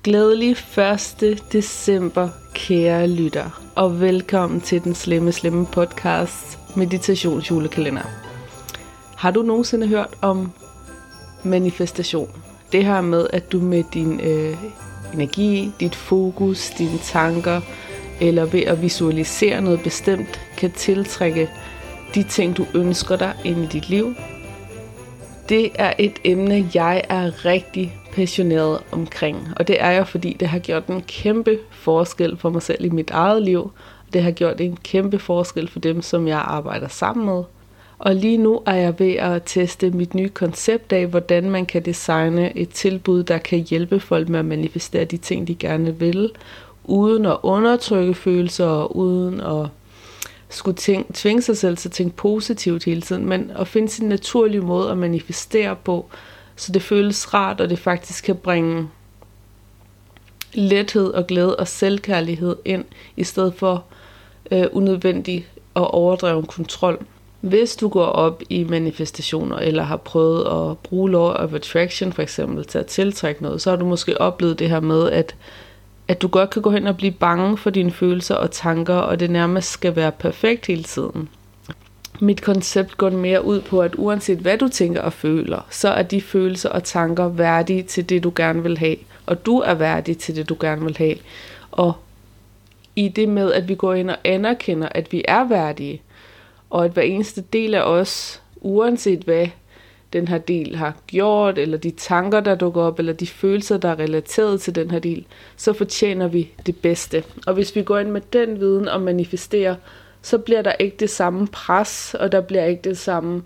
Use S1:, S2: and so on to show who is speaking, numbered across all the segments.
S1: Glædelig 1. december, kære lytter, og velkommen til den slemme podcast meditationsjulekalender. Har du nogensinde hørt om manifestation? Det her med, at du med din energi, dit fokus, dine tanker, eller ved at visualisere noget bestemt, kan tiltrække de ting, du ønsker dig ind i dit liv. Det er et emne, jeg er rigtig passioneret omkring, og det er jeg, fordi det har gjort en kæmpe forskel for mig selv i mit eget liv. Det har gjort en kæmpe forskel for dem, som jeg arbejder sammen med. Og lige nu er jeg ved at teste mit nye koncept af, hvordan man kan designe et tilbud, der kan hjælpe folk med at manifestere de ting, de gerne vil, uden at undertrykke følelser og uden at skulle tvinge sig selv til at tænke positivt hele tiden, men at finde sin naturlige måde at manifestere på, så det føles rart, og det faktisk kan bringe lethed og glæde og selvkærlighed ind, i stedet for unødvendig og overdreven kontrol. Hvis du går op i manifestationer, eller har prøvet at bruge law of attraction for eksempel til at tiltrække noget, så har du måske oplevet det her med, at du godt kan gå hen og blive bange for dine følelser og tanker, og det nærmest skal være perfekt hele tiden. Mit koncept går mere ud på, at uanset hvad du tænker og føler, så er de følelser og tanker værdige til det, du gerne vil have. Og du er værdig til det, du gerne vil have. Og i det med, at vi går ind og anerkender, at vi er værdige, og at hver eneste del af os, uanset hvad den her del har gjort, eller de tanker, der dukker op, eller de følelser, der er relateret til den her del, så fortjener vi det bedste. Og hvis vi går ind med den viden og manifesterer, så bliver der ikke det samme pres, og der bliver ikke det samme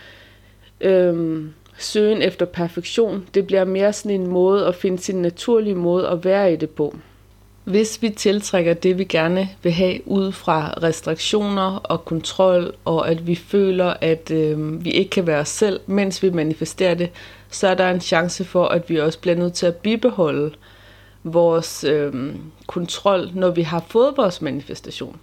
S1: søgen efter perfektion. Det bliver mere sådan en måde at finde sin naturlige måde at være i det på. Hvis vi tiltrækker det, vi gerne vil have ud fra restriktioner og kontrol, og at vi føler, at vi ikke kan være os selv, mens vi manifesterer det, så er der en chance for, at vi også bliver nødt til at bibeholde vores kontrol, når vi har fået vores manifestation.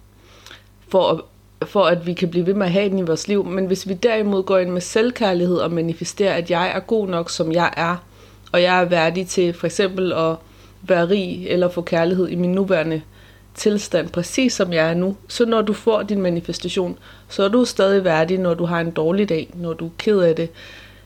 S1: For at vi kan blive ved med at have den i vores liv. Men hvis vi derimod går ind med selvkærlighed og manifesterer, at jeg er god nok, som jeg er, og jeg er værdig til for eksempel at være rig eller få kærlighed i min nuværende tilstand, præcis som jeg er nu, så når du får din manifestation, så er du stadig værdig, når du har en dårlig dag, når du er ked af det.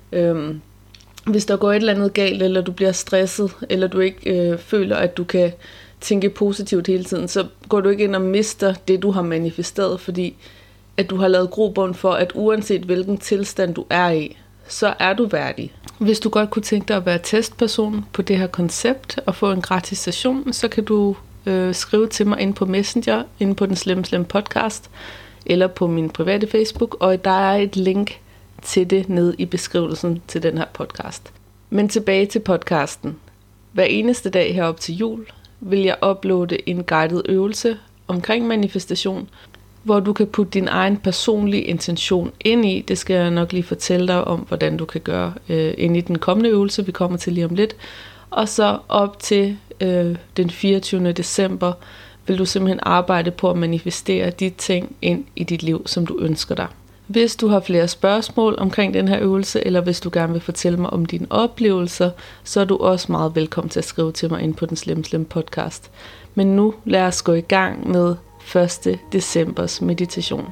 S1: Hvis der går et eller andet galt, eller du bliver stresset, eller du ikke føler, at du kan tænke positivt hele tiden, så går du ikke ind og mister det, du har manifesteret, fordi at du har lavet grobund for, at uanset hvilken tilstand du er i, så er du værdig. Hvis du godt kunne tænke dig at være testperson på det her koncept og få en gratis session, så kan du skrive til mig ind på Messenger, inde på den slemme podcast, eller på min private Facebook, og der er et link til det nede i beskrivelsen til den her podcast. Men tilbage til podcasten. Hver eneste dag herop til jul vil jeg uploade en guided øvelse omkring manifestation, hvor du kan putte din egen personlige intention ind i. Det skal jeg nok lige fortælle dig om, hvordan du kan gøre ind i den kommende øvelse, vi kommer til lige om lidt. Og så op til den 24. december vil du simpelthen arbejde på at manifestere de ting ind i dit liv, som du ønsker dig. Hvis du har flere spørgsmål omkring den her øvelse, eller hvis du gerne vil fortælle mig om dine oplevelser, så er du også meget velkommen til at skrive til mig ind på den slemme podcast. Men nu lad os gå i gang med 1. decembers meditation.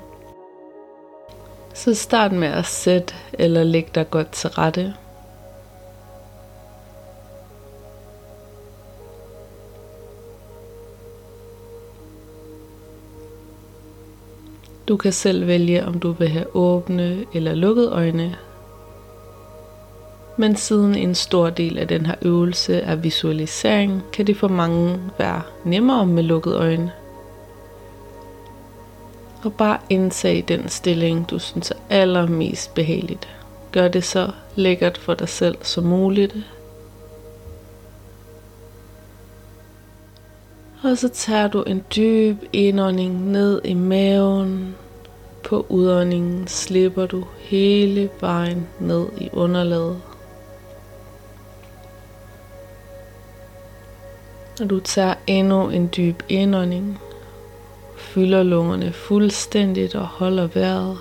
S1: Så start med at sætte eller lægge dig godt til rette. Du kan selv vælge, om du vil have åbne eller lukkede øjne. Men siden en stor del af den her øvelse er visualisering, kan det for mange være nemmere med lukkede øjne. Og bare indtag den stilling, du synes er allermest behageligt. Gør det så lækkert for dig selv som muligt. Og så tager du en dyb indånding ned i maven. På udåndingen slipper du hele vejen ned i underlaget. Og du tager endnu en dyb indånding. Fylder lungerne fuldstændigt og holder vejret.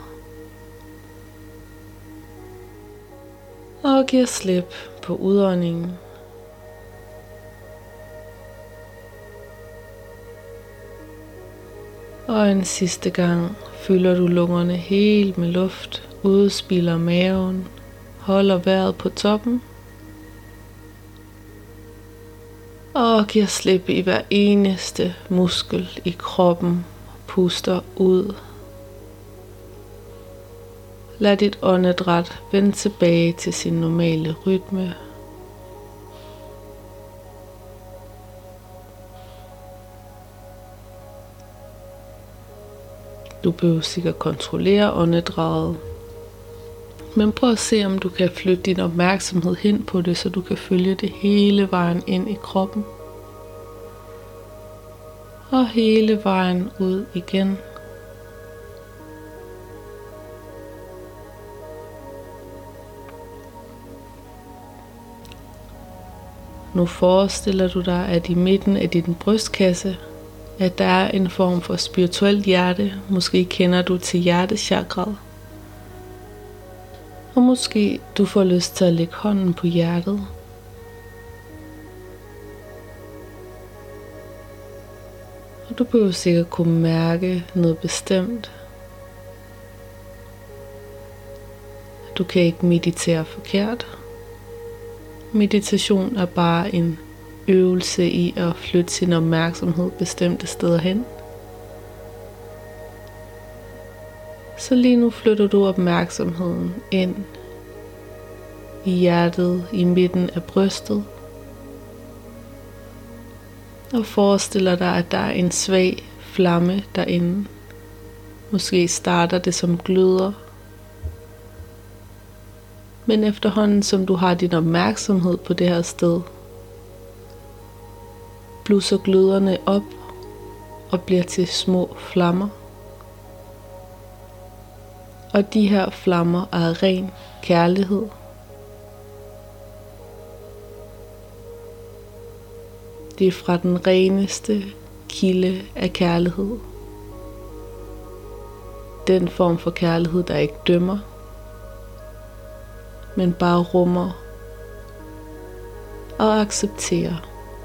S1: Og giver slip på udåndingen. Og en sidste gang fylder du lungerne helt med luft, udspilder maven, holder vejret på toppen og giver slip i hver eneste muskel i kroppen, puster ud. Lad dit åndedræt vende tilbage til sin normale rytme. Du behøver sikkert kontrollere åndedrættet, men prøv at se, om du kan flytte din opmærksomhed hen på det, så du kan følge det hele vejen ind i kroppen. Og hele vejen ud igen. Nu forestiller du dig, at i midten af din brystkasse, at der er en form for spirituelt hjerte. Måske kender du til hjertechakraet. Og måske du får lyst til at lægge hånden på hjertet. Og du behøver sikkert kunne mærke noget bestemt. Du kan ikke meditere forkert. Meditation er bare en øvelse i at flytte sin opmærksomhed bestemte steder hen. Så lige nu flytter du opmærksomheden ind i hjertet i midten af brystet. Og forestiller dig, at der er en svag flamme derinde. Måske starter det som gløder. Men efterhånden som du har din opmærksomhed på det her sted, blusser gløderne op og bliver til små flammer. Og de her flammer er ren kærlighed. Det er fra den reneste kilde af kærlighed. Den form for kærlighed, der ikke dømmer, men bare rummer og accepterer.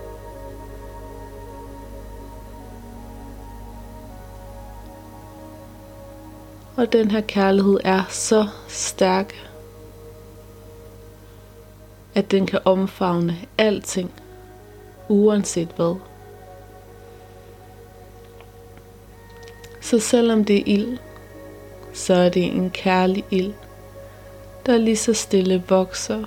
S1: Og den her kærlighed er så stærk, at den kan omfavne alting, uanset hvad. Så selvom det er ild, så er det en kærlig ild, der lige så stille vokser.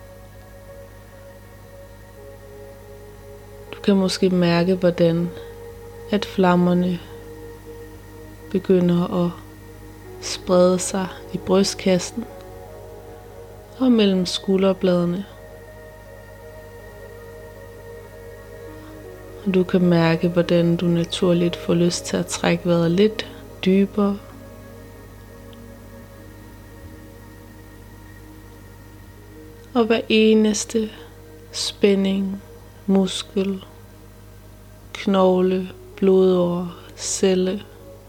S1: Du kan måske mærke, hvordan at flammerne begynder at sprede sig i brystkassen og mellem skulderbladene. Og du kan mærke, hvordan du naturligt får lyst til at trække vejret lidt dybere. Og hver eneste spænding, muskel, knogle, blodåre, celle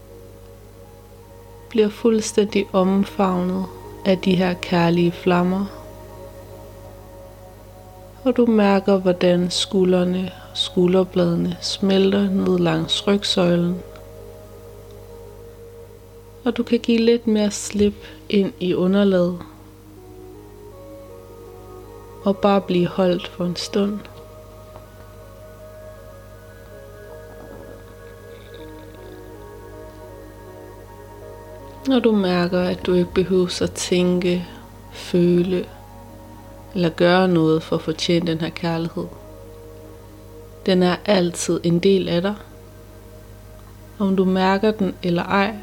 S1: bliver fuldstændig omfavnet af de her kærlige flammer. Og du mærker, hvordan skuldrene og skulderbladene smelter ned langs rygsøjlen. Og du kan give lidt mere slip ind i underlaget. Og bare blive holdt for en stund. Når du mærker, at du ikke behøver at tænke, føle eller gøre noget for at fortjene den her kærlighed. Den er altid en del af dig. Om du mærker den eller ej.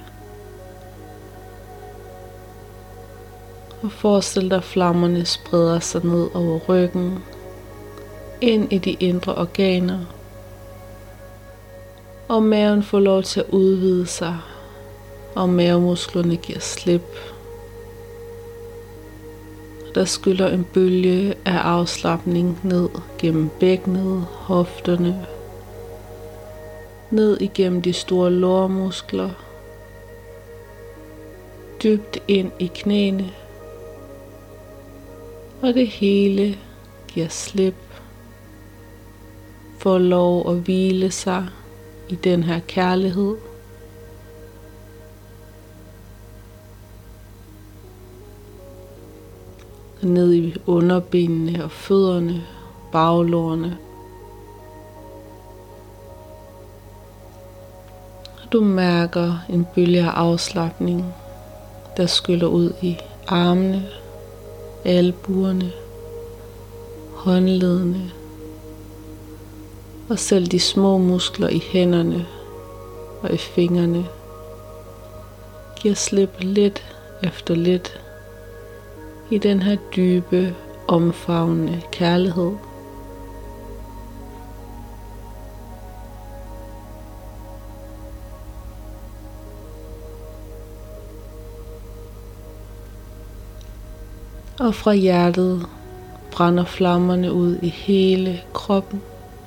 S1: Og forestil dig, at flammerne spreder sig ned over ryggen, ind i de indre organer. Og maven får lov til at udvide sig, og mavemusklerne giver slip. Der skyller en bølge af afslapning ned gennem bækkenet, hofterne, ned igennem de store lårmuskler, dybt ind i knæene, og det hele giver slip, får lov at hvile sig i den her kærlighed, ned i underbenene og fødderne, baglårene. Du mærker en bølge af afslapning, der skyller ud i armene, albuerne, håndledene og selv de små muskler i hænderne og i fingrene giver slip lidt efter lidt i den her dybe, omfavnende kærlighed. Og fra hjertet brænder flammerne ud i hele kroppen.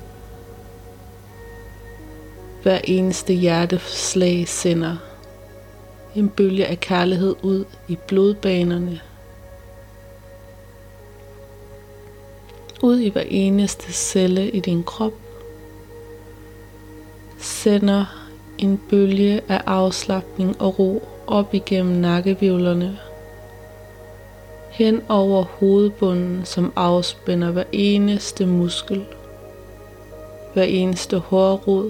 S1: Hver eneste hjerteslag sender en bølge af kærlighed ud i blodbanerne. Ud i hver eneste celle i din krop. Sender en bølge af afslapning og ro op igennem nakkehvivlerne. Hen over hovedbunden, som afspænder hver eneste muskel, hver eneste hårrod.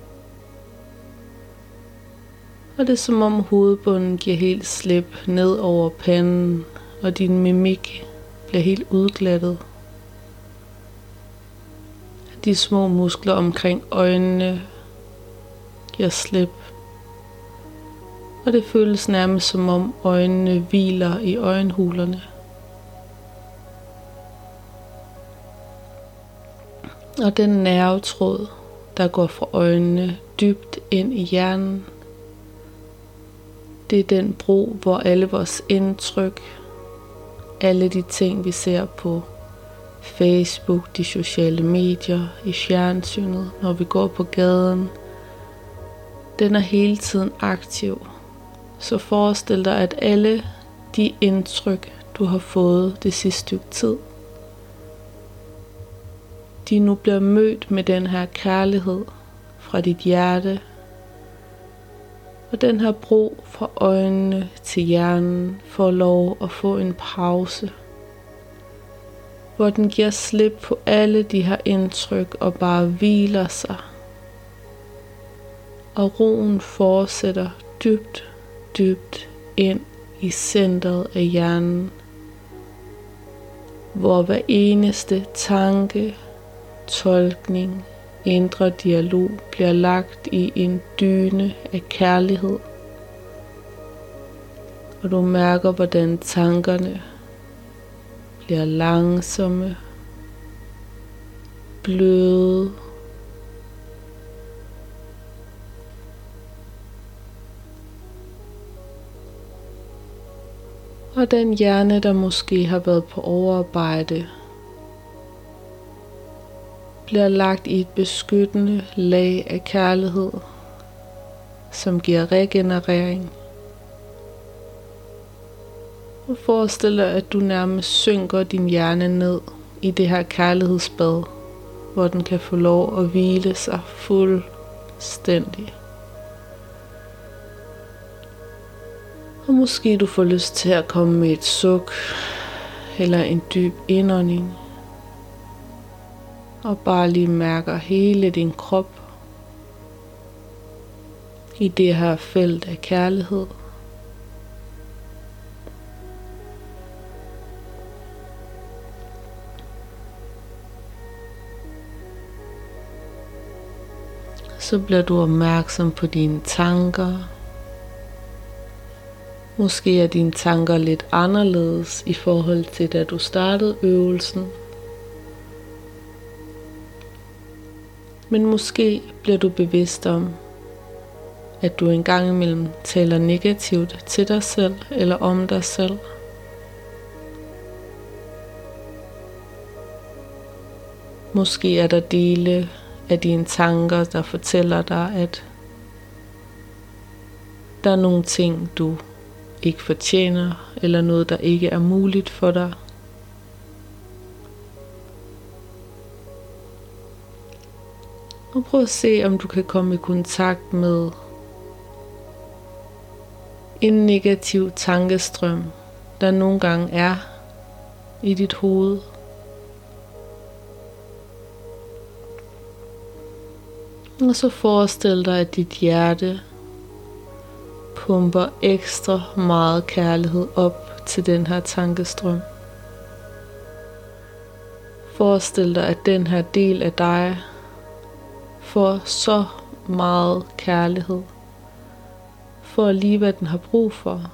S1: Og det er som om hovedbunden giver helt slip ned over panden, og din mimik bliver helt udglattet. De små muskler omkring øjnene giver slip. Og det føles nærmest som om øjnene hviler i øjenhulerne. Og den nervetråd, der går fra øjnene dybt ind i hjernen, det er den bro, hvor alle vores indtryk, alle de ting vi ser på Facebook, de sociale medier, i fjernsynet, når vi går på gaden, den er hele tiden aktiv. Så forestil dig, at alle de indtryk, du har fået det sidste stykke tid, de nu bliver mødt med den her kærlighed fra dit hjerte. Og den her bro fra øjnene til hjernen får lov at få en pause, hvor den giver slip på alle de her indtryk og bare hviler sig. Og roen fortsætter dybt, dybt ind i centret af hjernen, hvor hver eneste tanke, tolkning, indre dialog bliver lagt i en dyne af kærlighed. Og du mærker, hvordan tankerne bliver langsomme, bløde, og den hjerne, der måske har været på overarbejde, bliver lagt i et beskyttende lag af kærlighed, som giver regenerering. Og forestil dig, at du nærmest synker din hjerne ned i det her kærlighedsbad, hvor den kan få lov at hvile sig fuldstændig. Og måske du får lyst til at komme med et suk eller en dyb indånding. Og bare lige mærker hele din krop i det her felt af kærlighed. Så bliver du opmærksom på dine tanker. Måske er dine tanker lidt anderledes i forhold til da du startede øvelsen. Men måske bliver du bevidst om, at du en gang imellem taler negativt til dig selv eller om dig selv. Måske er der dele af dine tanker, der fortæller dig, at der er nogle ting, du ikke fortjener, eller noget, der ikke er muligt for dig. Og prøv at se, om du kan komme i kontakt med en negativ tankestrøm, der nogle gange er i dit hoved. Og så forestil dig, at dit hjerte pumper ekstra meget kærlighed op til den her tankestrøm. Forestil dig, at den her del af dig får så meget kærlighed, for lige hvad den har brug for.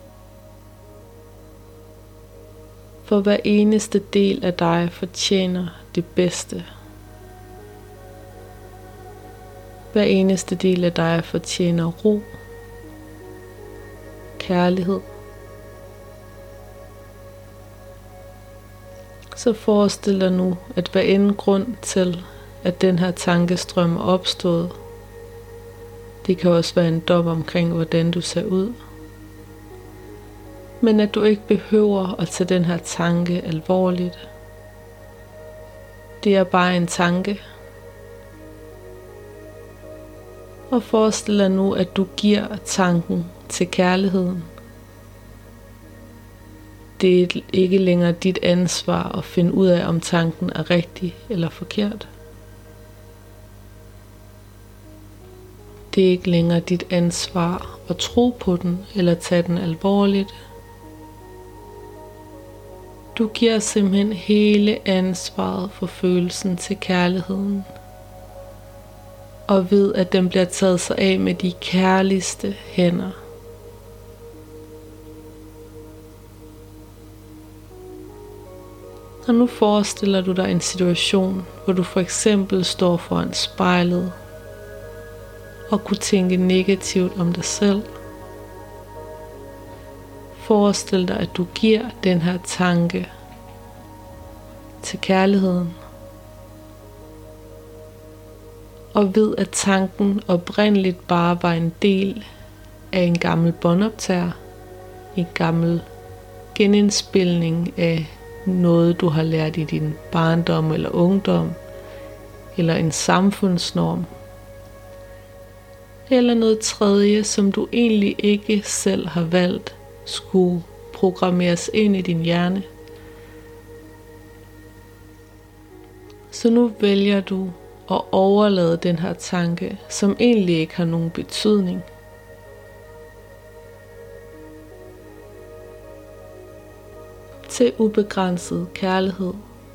S1: For hver eneste del af dig fortjener det bedste. Hver eneste del af dig fortjener ro, kærlighed. Så forestil dig nu, at hver anden grund til, at den her tankestrøm er opstået, det kan også være en dom omkring, hvordan du ser ud. Men at du ikke behøver at tage den her tanke alvorligt. Det er bare en tanke. Og forestil dig nu, at du giver tanken til kærligheden. Det er ikke længere dit ansvar at finde ud af, om tanken er rigtig eller forkert. Det er ikke længere dit ansvar at tro på den eller tage den alvorligt. Du giver simpelthen hele ansvaret for følelsen til kærligheden. Og ved, at den bliver taget sig af med de kærligste hænder. Og nu forestiller du dig en situation, hvor du for eksempel står foran spejlet og kunne tænke negativt om dig selv. Forestil dig, at du giver den her tanke til kærligheden. Og ved, at tanken oprindeligt bare var en del af en gammel båndoptager, en gammel genindspilning af noget, du har lært i din barndom eller ungdom, eller en samfundsnorm, eller noget tredje, som du egentlig ikke selv har valgt, skulle programmeres ind i din hjerne. Så nu vælger du at overlade den her tanke, som egentlig ikke har nogen betydning. Til ubegrænset kærlighed.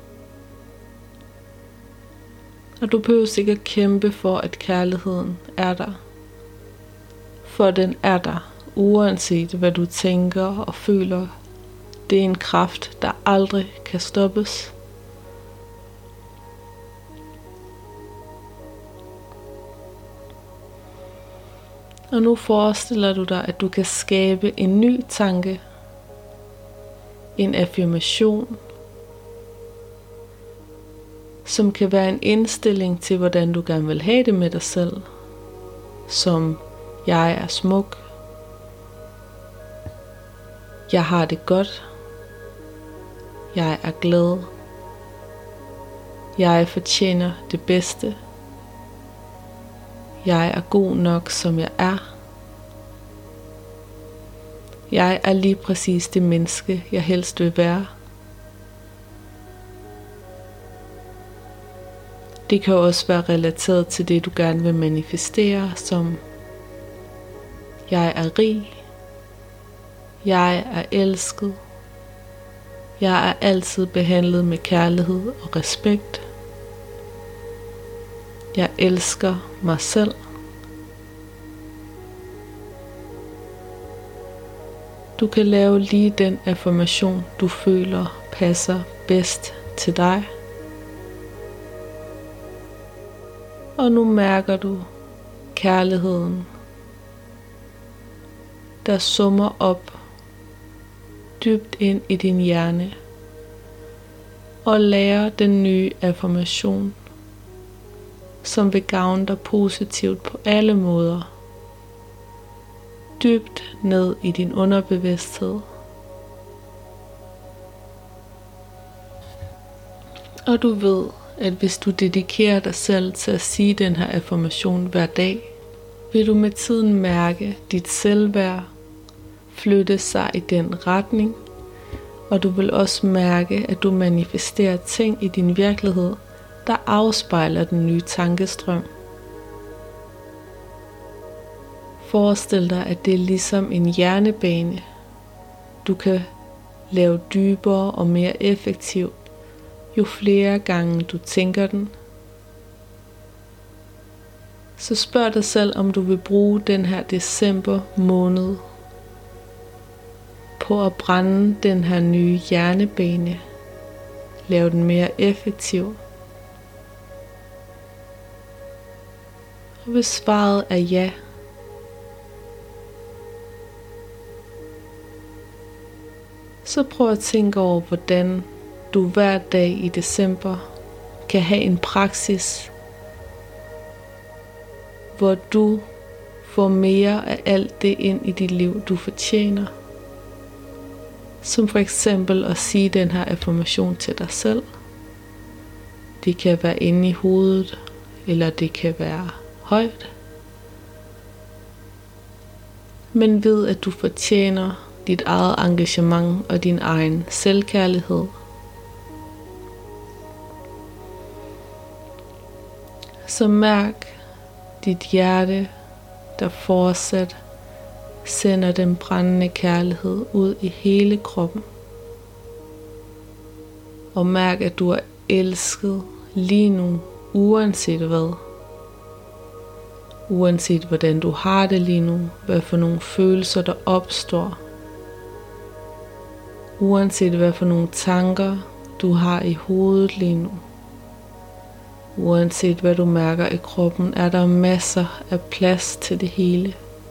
S1: Og du behøver ikke at kæmpe for, at kærligheden er der. For den er der, uanset hvad du tænker og føler. Det er en kraft, der aldrig kan stoppes. Og nu forestiller du dig, at du kan skabe en ny tanke, en affirmation, som kan være en indstilling til, hvordan du gerne vil have det med dig selv, som jeg er smuk, jeg har det godt, jeg er glad, jeg fortjener det bedste, jeg er god nok, som jeg er. Jeg er lige præcis det menneske, jeg helst vil være. Det kan også være relateret til det, du gerne vil manifestere, som jeg er rig, jeg er elsket, jeg er altid behandlet med kærlighed og respekt. Jeg elsker mig selv. Du kan lave lige den affirmation, du føler passer bedst til dig. Og nu mærker du kærligheden, der summer op dybt ind i din hjerne og lærer den nye affirmation, som vil gavne dig positivt på alle måder. Dybt ned i din underbevidsthed. Og du ved, at hvis du dedikerer dig selv til at sige den her affirmation hver dag, vil du med tiden mærke dit selvværd flytte sig i den retning, Og du vil også mærke, at du manifesterer ting i din virkelighed, der afspejler den nye tankestrøm. Forestil dig, at det er ligesom en hjernebane. Du kan lave dybere og mere effektivt, jo flere gange du tænker den. Så spørg dig selv, om du vil bruge den her december måned på at brænde den her nye hjernebane. Lave den mere effektiv. Og hvis svaret er ja, så prøv at tænke over, hvordan du hver dag i december kan have en praksis, hvor du får mere af alt det ind i dit liv, du fortjener. Som for eksempel at sige den her affirmation til dig selv. Det kan være inde i hovedet, eller det kan være højt. Men ved, at du fortjener dit eget engagement og din egen selvkærlighed. Så mærk dit hjerte, der fortsat sender den brændende kærlighed ud i hele kroppen. Og mærk, at du er elsket lige nu, uanset hvad. Uanset hvordan du har det lige nu, hvad for nogle følelser der opstår. Uanset hvad for nogle tanker du har i hovedet lige nu. Uanset hvad du mærker i kroppen, er der masser af plads til det hele.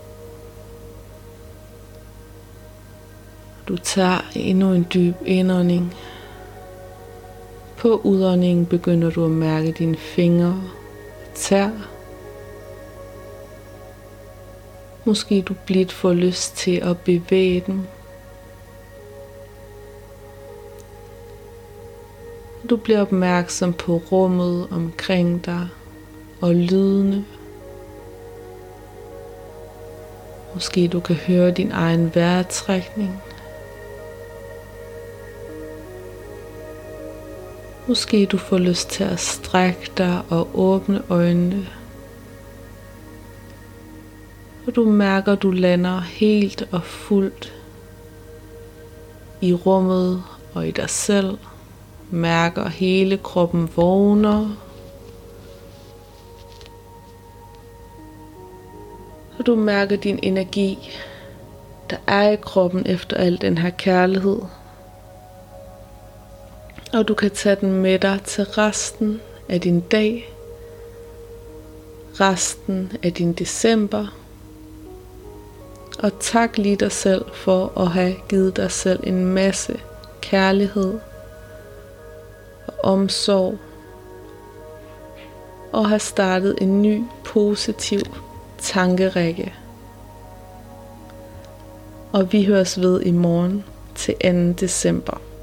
S1: Du tager endnu en dyb indånding. På udåndingen begynder du at mærke dine fingre og tær. Måske du blidt får lyst til at bevæge dem. Du bliver opmærksom på rummet omkring dig og lydene. Måske du kan høre din egen vejrtrækning. Måske du får lyst til at strække dig og åbne øjnene. Og du mærker, du lander helt og fuldt i rummet og i dig selv. Mærker hele kroppen vågner. Og du mærker din energi, der er i kroppen efter al den her kærlighed. Og du kan tage den med dig til resten af din dag. Resten af din december. Og tak lige dig selv for at have givet dig selv en masse kærlighed og omsorg. Og have startet en ny positiv tankerække. Og vi høres ved i morgen til 2. december.